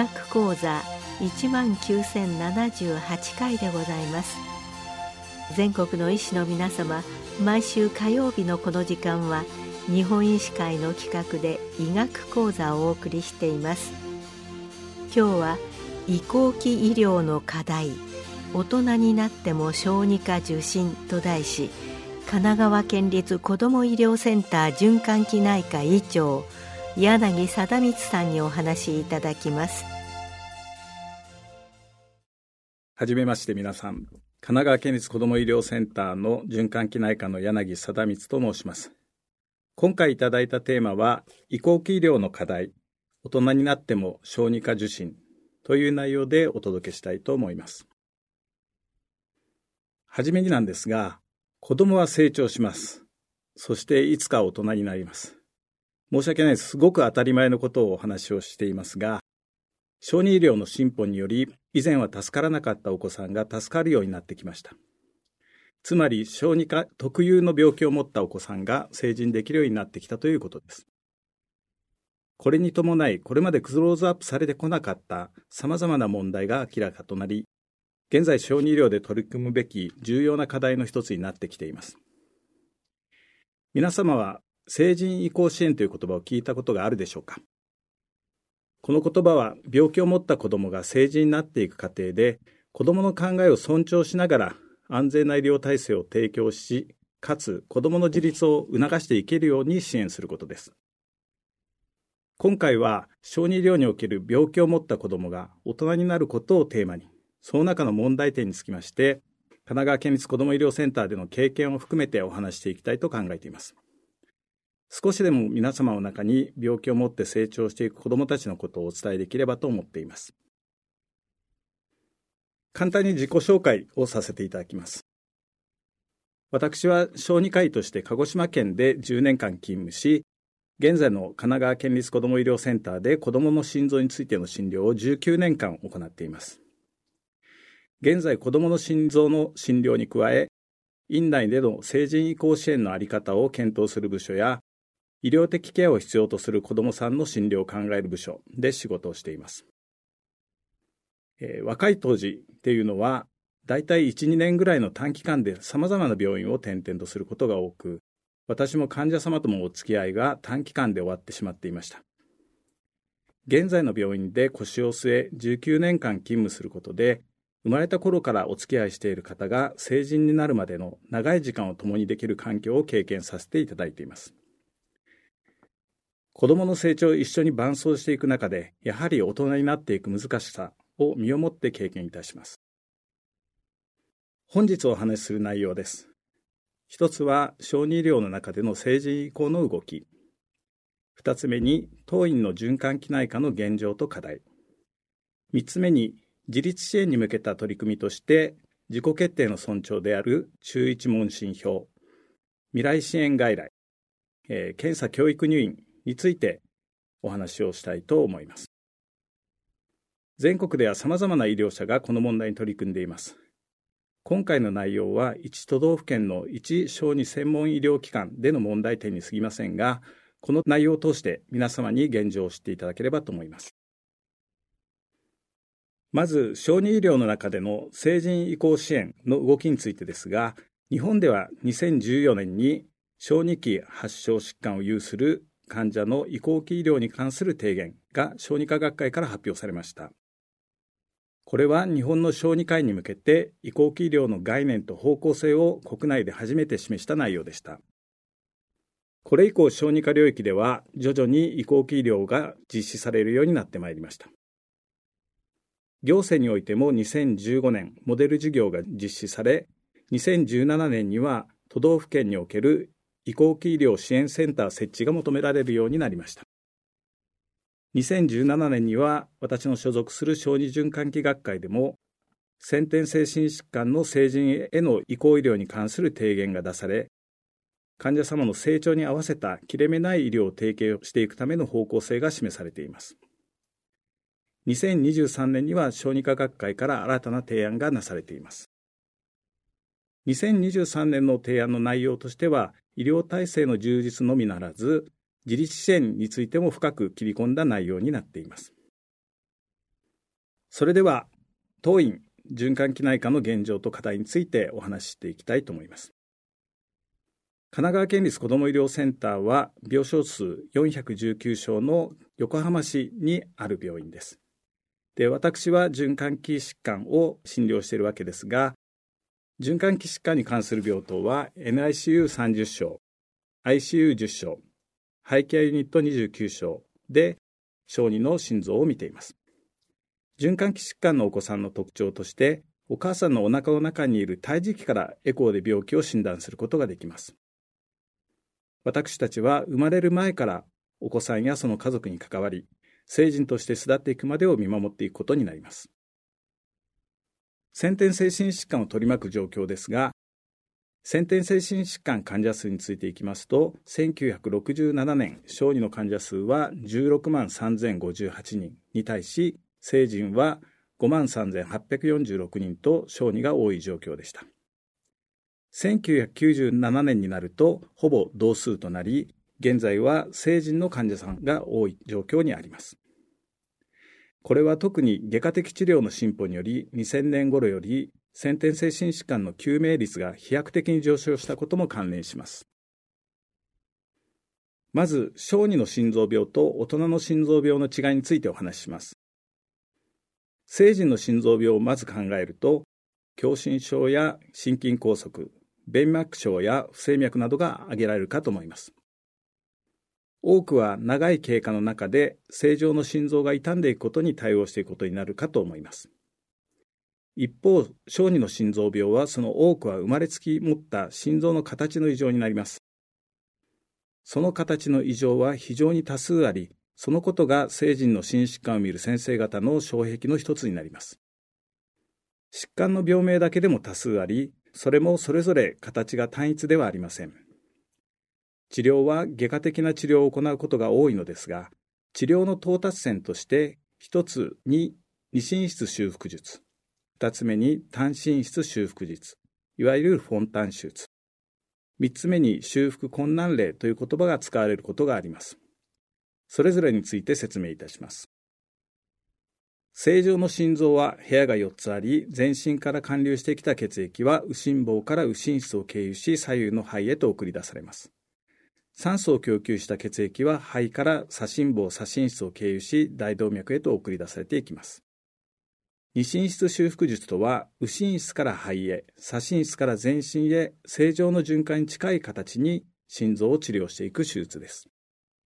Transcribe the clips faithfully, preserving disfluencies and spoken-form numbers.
学講座いちまんきゅうせんななじゅうはちかいでございます。全国の医師の皆様、毎週火曜日のこの時間は日本医師会の企画で医学講座をお送りしています。今日は移行期医療の課題、大人になっても小児科受診と題し、神奈川県立子ども医療センター循環器内科医長柳貞光さんにお話しいただきます。 はじめまして。皆さん、神奈川県立子ども医療センターの循環器内科の柳貞光と申します。今回いただいたテーマは移行期医療の課題、大人になっても小児科受診という内容でお届けしたいと思います。はじめになんですが、子供は成長します。そしていつか大人になります。申し訳ないです。すごく当たり前のことをお話をしていますが、小児医療の進歩により、以前は助からなかったお子さんが助かるようになってきました。つまり、小児科特有の病気を持ったお子さんが成人できるようになってきたということです。これに伴い、これまでクローズアップされてこなかった様々な問題が明らかとなり、現在小児医療で取り組むべき重要な課題の一つになってきています。皆様は成人移行支援という言葉を聞いたことがあるでしょうか。この言葉は病気を持った子どもが成人になっていく過程で、子どもの考えを尊重しながら安全な医療体制を提供し、かつ子どもの自立を促していけるように支援することです。今回は小児医療における病気を持った子どもが大人になることをテーマに、その中の問題点につきまして、神奈川県立子ども医療センターでの経験を含めてお話していきたいと考えています。少しでも皆様の中に病気を持って成長していく子どもたちのことをお伝えできればと思っています。簡単に自己紹介をさせていただきます。私は小児科医として鹿児島県でじゅうねんかん勤務し、現在の神奈川県立子ども医療センターで子どもの心臓についての診療をじゅうきゅうねんかん行っています。現在、子どもの心臓の診療に加え、院内での成人移行支援の在り方を検討する部署や、医療的ケアを必要とする子どもさんの診療を考える部署で仕事をしています。えー、若い当時っていうのは、だいたいいち、にねんぐらいの短期間で様々な病院を転々とすることが多く、私も患者様ともお付き合いが短期間で終わってしまっていました。現在の病院で腰を据えじゅうきゅうねんかん勤務することで、生まれた頃からお付き合いしている方が成人になるまでの長い時間を共にできる環境を経験させていただいています。子どもの成長を一緒に伴走していく中で、やはり大人になっていく難しさを身をもって経験いたします。本日お話しする内容です。一つは小児医療の中での成人移行の動き。二つ目に当院の循環器内科の現状と課題。三つ目に自立支援に向けた取り組みとして自己決定の尊重である中一問診票、未来支援外来、えー、検査教育入院についてお話をしたいと思います。全国では様々な医療者がこの問題に取り組んでいます。今回の内容はいち都道府県のいち小児専門医療機関での問題点に過ぎませんが、この内容を通して皆様に現状を知っていただければと思います。まず、小児医療の中での成人移行支援の動きについてですが、日本ではにせんじゅうよねんに小児期発症疾患を有する患者の移行期医療に関する提言が小児科学会から発表されました。これは日本の小児科医に向けて移行期医療の概念と方向性を国内で初めて示した内容でした。これ以降、小児科領域では徐々に移行期医療が実施されるようになってまいりました。行政においてもにせんじゅうごねんモデル事業が実施され、にせんじゅうななねんには都道府県における移行期医療支援センター設置が求められるようになりました。にせんじゅうななねんには私の所属する小児循環器学会でも先天性心疾患の成人への移行医療に関する提言が出され、患者様の成長に合わせた切れ目ない医療を提供していくための方向性が示されています。にせんにじゅうさんねんには小児科学会から新たな提案がなされています。にせんにじゅうさんねんの提案の内容としては、医療体制の充実のみならず、自立支援についても深く切り込んだ内容になっています。 それでは当院循環器内科の現状と課題についてお話ししていきたいと思います。神奈川県立子ども医療センターは病床数よんひゃくじゅうきゅう床の横浜市にある病院です。で、私は循環器疾患を診療しているわけですが、循環器疾患に関する病棟は エヌアイシーユーさんじゅう 床、アイシーユーじゅう 床、肺ケアユニットにじゅうきゅう床で小児の心臓を見ています。循環器疾患のお子さんの特徴として、お母さんのお腹の中にいる胎児期からエコーで病気を診断することができます。私たちは生まれる前からお子さんやその家族に関わり、成人として巣立っていくまでを見守っていくことになります。先天性心疾患を取り巻く状況ですが、先天性心疾患患者数についていきますと、せんきゅうひゃくろくじゅうななねん、小児の患者数はじゅうろくまんさんぜんごじゅうはちにんに対し、成人はごまんさんぜんはっぴゃくよんじゅうろくにんと小児が多い状況でした。せんきゅうひゃくきゅうじゅうななねんになるとほぼ同数となり、現在は成人の患者さんが多い状況にあります。これは特に外科的治療の進歩により、にせんねん頃より先天性心疾患の救命率が飛躍的に上昇したことも関連します。まず、小児の心臓病と大人の心臓病の違いについてお話しします。成人の心臓病をまず考えると、狭心症や心筋梗塞、弁膜症や不整脈などが挙げられるかと思います。多くは長い経過の中で正常の心臓が傷んでいくことに対応していくことになるかと思います。一方、小児の心臓病はその多くは生まれつき持った心臓の形の異常になります。その形の異常は非常に多数あり、そのことが成人の心疾患を見る先生方の障壁の一つになります。疾患の病名だけでも多数あり、それもそれぞれ形が単一ではありません。治療は外科的な治療を行うことが多いのですが、治療の到達点として一つに二心室修復術、二つ目に単心室修復術、いわゆるフォンタン手術、三つ目に修復困難例という言葉が使われることがあります。それぞれについて説明いたします。正常の心臓は部屋がよっつあり、全身から貫流してきた血液は右心房から右心室を経由し、左右の肺へと送り出されます。酸素を供給した血液は肺から左心房、左心室を経由し、大動脈へと送り出されていきます。二心室修復術とは、右心室から肺へ、左心室から全身へ、正常の循環に近い形に心臓を治療していく手術です。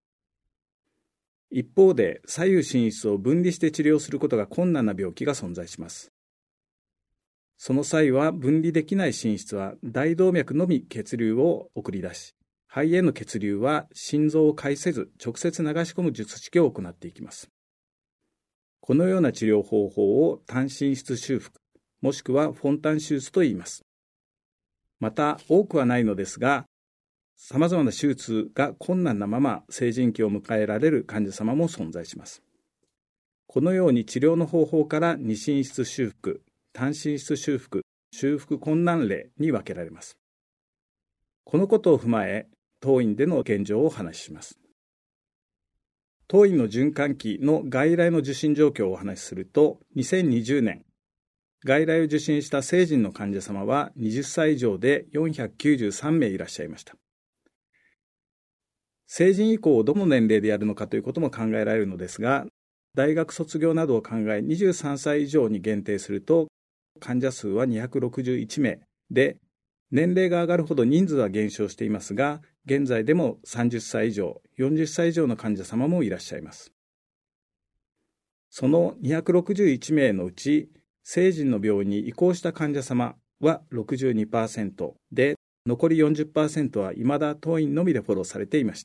一方で、左右心室を分離して治療することが困難な病気が存在します。その際は分離できない心室は大動脈のみ血流を送り出し、肺への血流は心臓を介せず直接流し込む術式を行っていきます。このような治療方法を単心室修復、もしくはフォンタン手術と言います。また、多くはないのですが、さまざまな手術が困難なまま成人期を迎えられる患者様も存在します。このように治療の方法から二心室修復、単心室修復、修復困難例に分けられます。このことを踏まえ、当院での現状をお話しします。当院の循環器の外来の受診状況をお話しすると、にせんにじゅうねん、外来を受診した成人の患者様ははたち以上でよんひゃくきゅうじゅうさんめいいらっしゃいました。成人以降をどの年齢でやるのかということも考えられるのですが、大学卒業などを考えにじゅうさんさい以上に限定すると、患者数はにひゃくろくじゅういちめいで、年齢が上がるほど人数は減少していますが、現在でもさんじゅっさい以上、よんじゅっさい以上の患者様もいらっしゃいます。そのにひゃくろくじゅういちめいのうち、成人の病院に移行した患者様は ろくじゅうにパーセント で、残り よんじゅっパーセント は未だ当院のみでフォローされていました。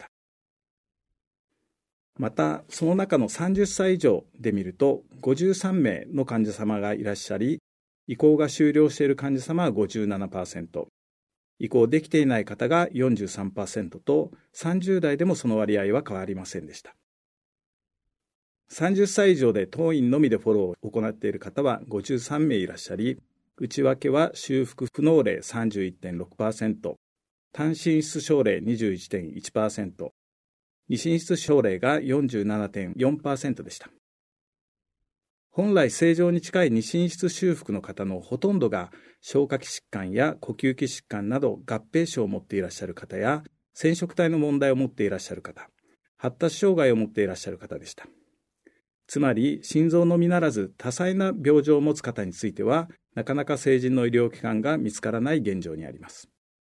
また、その中のさんじゅっさい以上で見ると、ごじゅうさんめいの患者様がいらっしゃり、移行が終了している患者様は ごじゅうななパーセント、移行できていない方が よんじゅうさんパーセント と、さんじゅうだいでもその割合は変わりませんでした。さんじゅっさい以上で当院のみでフォローを行っている方はごじゅうさんめいいらっしゃり、内訳は修復不能例 さんじゅういってんろくパーセント、単心室症例 にじゅういちてんいちパーセント、二心室症例が よんじゅうななてんよんパーセント でした。 本来正常に近い二進質修復の方のほとんどが消化器疾患や呼吸器疾患など合併症を持っていらっしゃる方や染色体の問題を持っていらっしゃる方、発達障害を持っていらっしゃる方でした。つまり心臓のみならず多彩な病状を持つ方についてはなかなか成人の医療機関が見つからない現状にあります。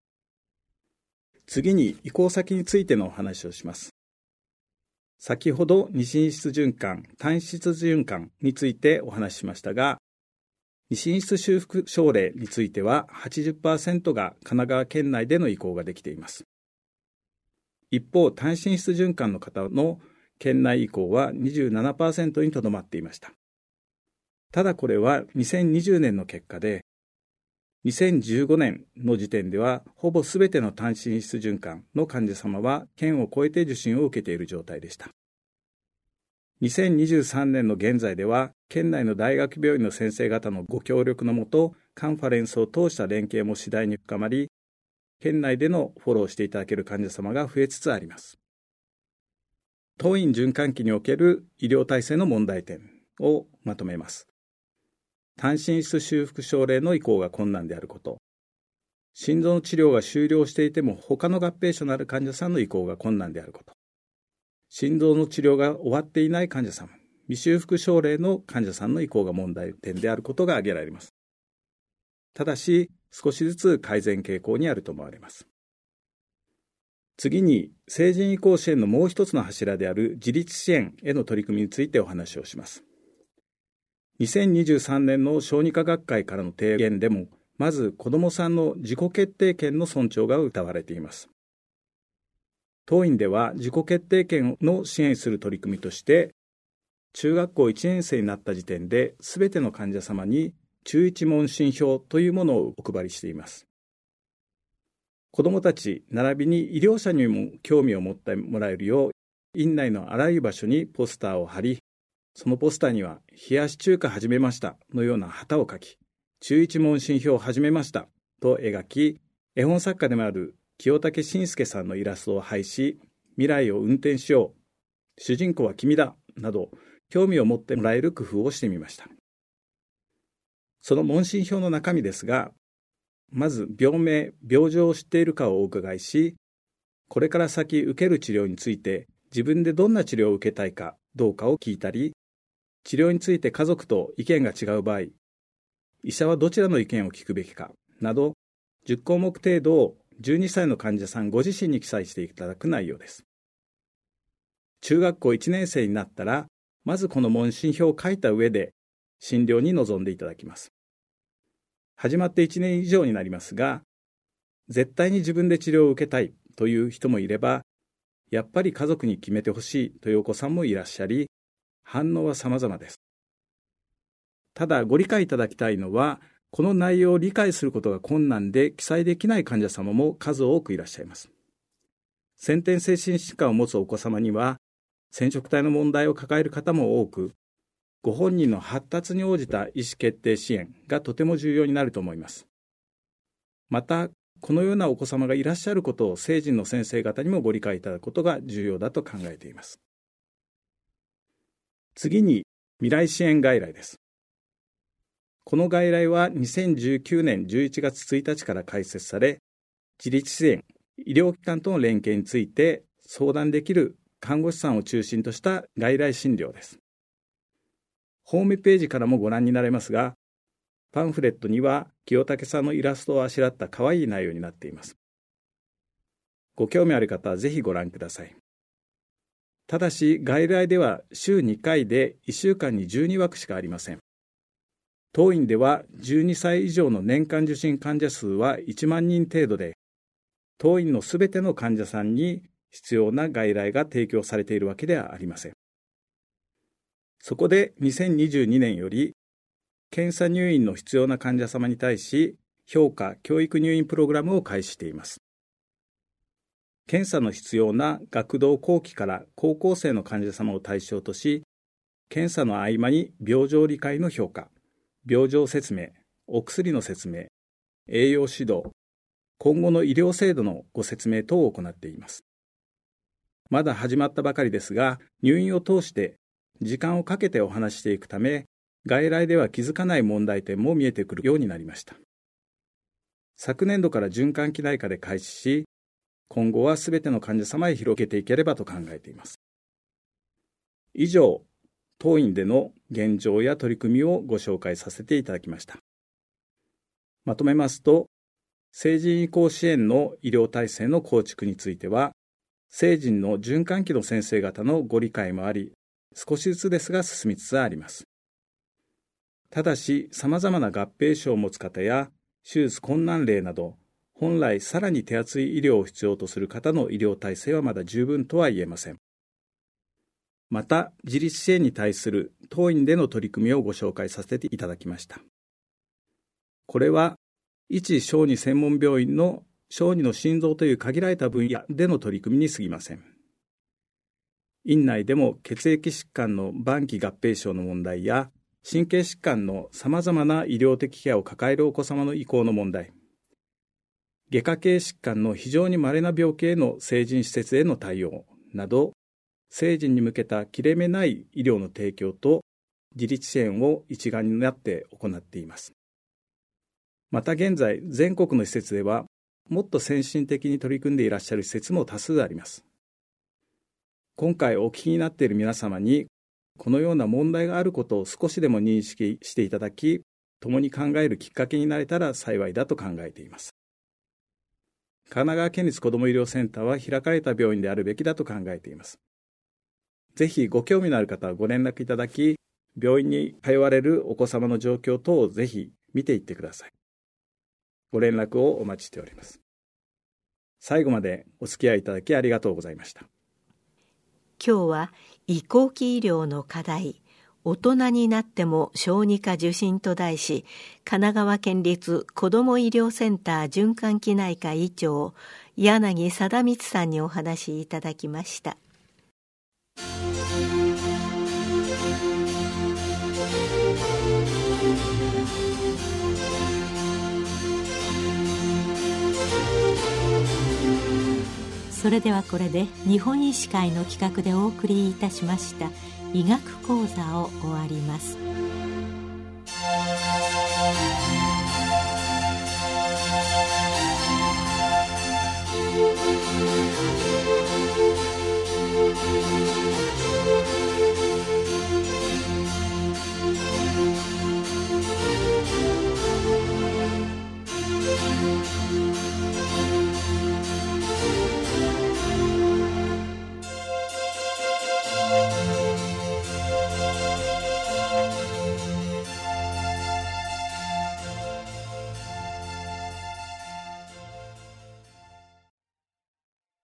次に移行先についてのお話をします。先ほど二進質循環、単質循環についてお話ししましたが、二進質修復症例については はちじゅっパーセント が神奈川県内での移行ができています。一方、単進質循環の方の県内移行は にじゅうななパーセント にとどまっていました。ただこれはにせんにじゅうねんの結果で、にせんじゅうごねんの時点ではほぼすべての単進質循環の患者様は県を越えて受診を受けている状態でした。にせんにじゅうさんねんの現在では県内の大学病院の先生方のご協力のもとカンファレンスを通した連携も次第に深まり、県内でのフォローしていただける患者様が増えつつあります。当院循環器における医療体制の問題点をまとめます。単進質修復症例の移行が困難であること、心臓の治療が終了していても他の合併症のある患者さんの移行が困難であること、心臓の治療が終わっていない患者さん、未修復症例の患者さんの移行が問題点であることが挙げられます。ただし、少しずつ改善傾向にあると思われます。次に、成人移行支援のもう一つの柱である自立支援への取り組みについてお話をします。にせんにじゅうさんねんの小児科学会からの提言でも、まず子どもさんの自己決定権の尊重が謳われています。当院では自己決定権の支援する取り組みとして、中学校いちねん生になった時点で、すべての患者様に中一問診票というものをお配りしています。子どもたち並びに医療者にも興味を持ってもらえるよう、院内のあらゆる場所にポスターを貼り、そのポスターには、冷やし中華始めましたのような旗を書き、中一問診票を始めましたと描き、絵本作家でもある清武信介さんのイラストを配し、未来を運転しよう、主人公は君だ、など、興味を持ってもらえる工夫をしてみました。その問診票の中身ですが、まず病名、病状を知っているかをお伺いし、これから先受ける治療について、自分でどんな治療を受けたいかどうかを聞いたり、治療について家族と意見が違う場合、医者はどちらの意見を聞くべきかなど、じゅっこうもく程度をじゅうにさいの患者さんご自身に記載していただく内容です。中学校いちねん生になったら、まずこの問診票を書いた上で診療に臨んでいただきます。始まっていちねん以上になりますが、絶対に自分で治療を受けたいという人もいれば、やっぱり家族に決めてほしいというお子さんもいらっしゃり、反応は様々です。ただご理解いただきたいのは、この内容を理解することが困難で記載できない患者様も数多くいらっしゃいます。先天性心疾患を持つお子様には、染色体の問題を抱える方も多く、ご本人の発達に応じた意思決定支援がとても重要になると思います。また、このようなお子様がいらっしゃることを成人の先生方にもご理解いただくことが重要だと考えています。次に、未来支援外来です。この外来はにせんじゅうきゅうねんじゅういちがつついたちから開設され、自立支援、医療機関との連携について相談できる看護師さんを中心とした外来診療です。ホームページからもご覧になれますが、パンフレットには清武さんのイラストをあしらった可愛い内容になっています。ご興味ある方はぜひご覧ください。ただし、外来では週にかいでいっしゅうかんにじゅうにわくしかありません。当院ではじゅうにさい以上の年間受診患者数はいちまんにん程度で、当院のすべての患者さんに必要な外来が提供されているわけではありません。そこでにせんにじゅうにねんより、検査入院の必要な患者様に対し、評価・教育入院プログラムを開始しています。検査の必要な学童後期から高校生の患者様を対象とし、検査の合間に病状理解の評価、病状説明、お薬の説明、栄養指導、今後の医療制度のご説明等を行っています。まだ始まったばかりですが、入院を通して時間をかけてお話していくため、 外来では気づかない問題点も見えてくるようになりました。昨年度から循環器内科で開始し、今後はすべての患者様へ広げていければと考えています。以上、当院での現状や取り組みをご紹介させていただきました。まとめますと、成人移行支援の医療体制の構築については、成人の循環器の先生方のご理解もあり、少しずつですが進みつつあります。ただし、様々な合併症を持つ方や、手術困難例など、本来さらに手厚い医療を必要とする方の医療体制はまだ十分とは言えません。また、自立支援に対する当院での取り組みをご紹介させていただきました。これは、一小児専門病院の小児の心臓という限られた分野での取り組みに過ぎません。院内でも血液疾患の晩期合併症の問題や、神経疾患のさまざまな医療的ケアを抱えるお子様の移行の問題、外科系疾患の非常に稀な病気への成人施設への対応など、成人に向けた切れ目ない医療の提供と自立支援を一丸になって行っています。また現在、全国の施設では、もっと先進的に取り組んでいらっしゃる施設も多数あります。今回お聞きになっている皆様に、このような問題があることを少しでも認識していただき、共に考えるきっかけになれたら幸いだと考えています。神奈川県立子ども医療センターは開かれた病院であるべきだと考えています。ぜひご興味のある方はご連絡いただき、病院に通われるお子様の状況等をぜひ見ていってください。ご連絡をお待ちしております。最後までお付き合いいただきありがとうございました。 今日は移行期医療の課題、大人になっても小児科受診と題し、神奈川県立子ども医療センター循環器内科医長、柳貞光さんにお話しいただきました。それではこれで日本医師会の企画でお送りいたしました医学講座を終わります。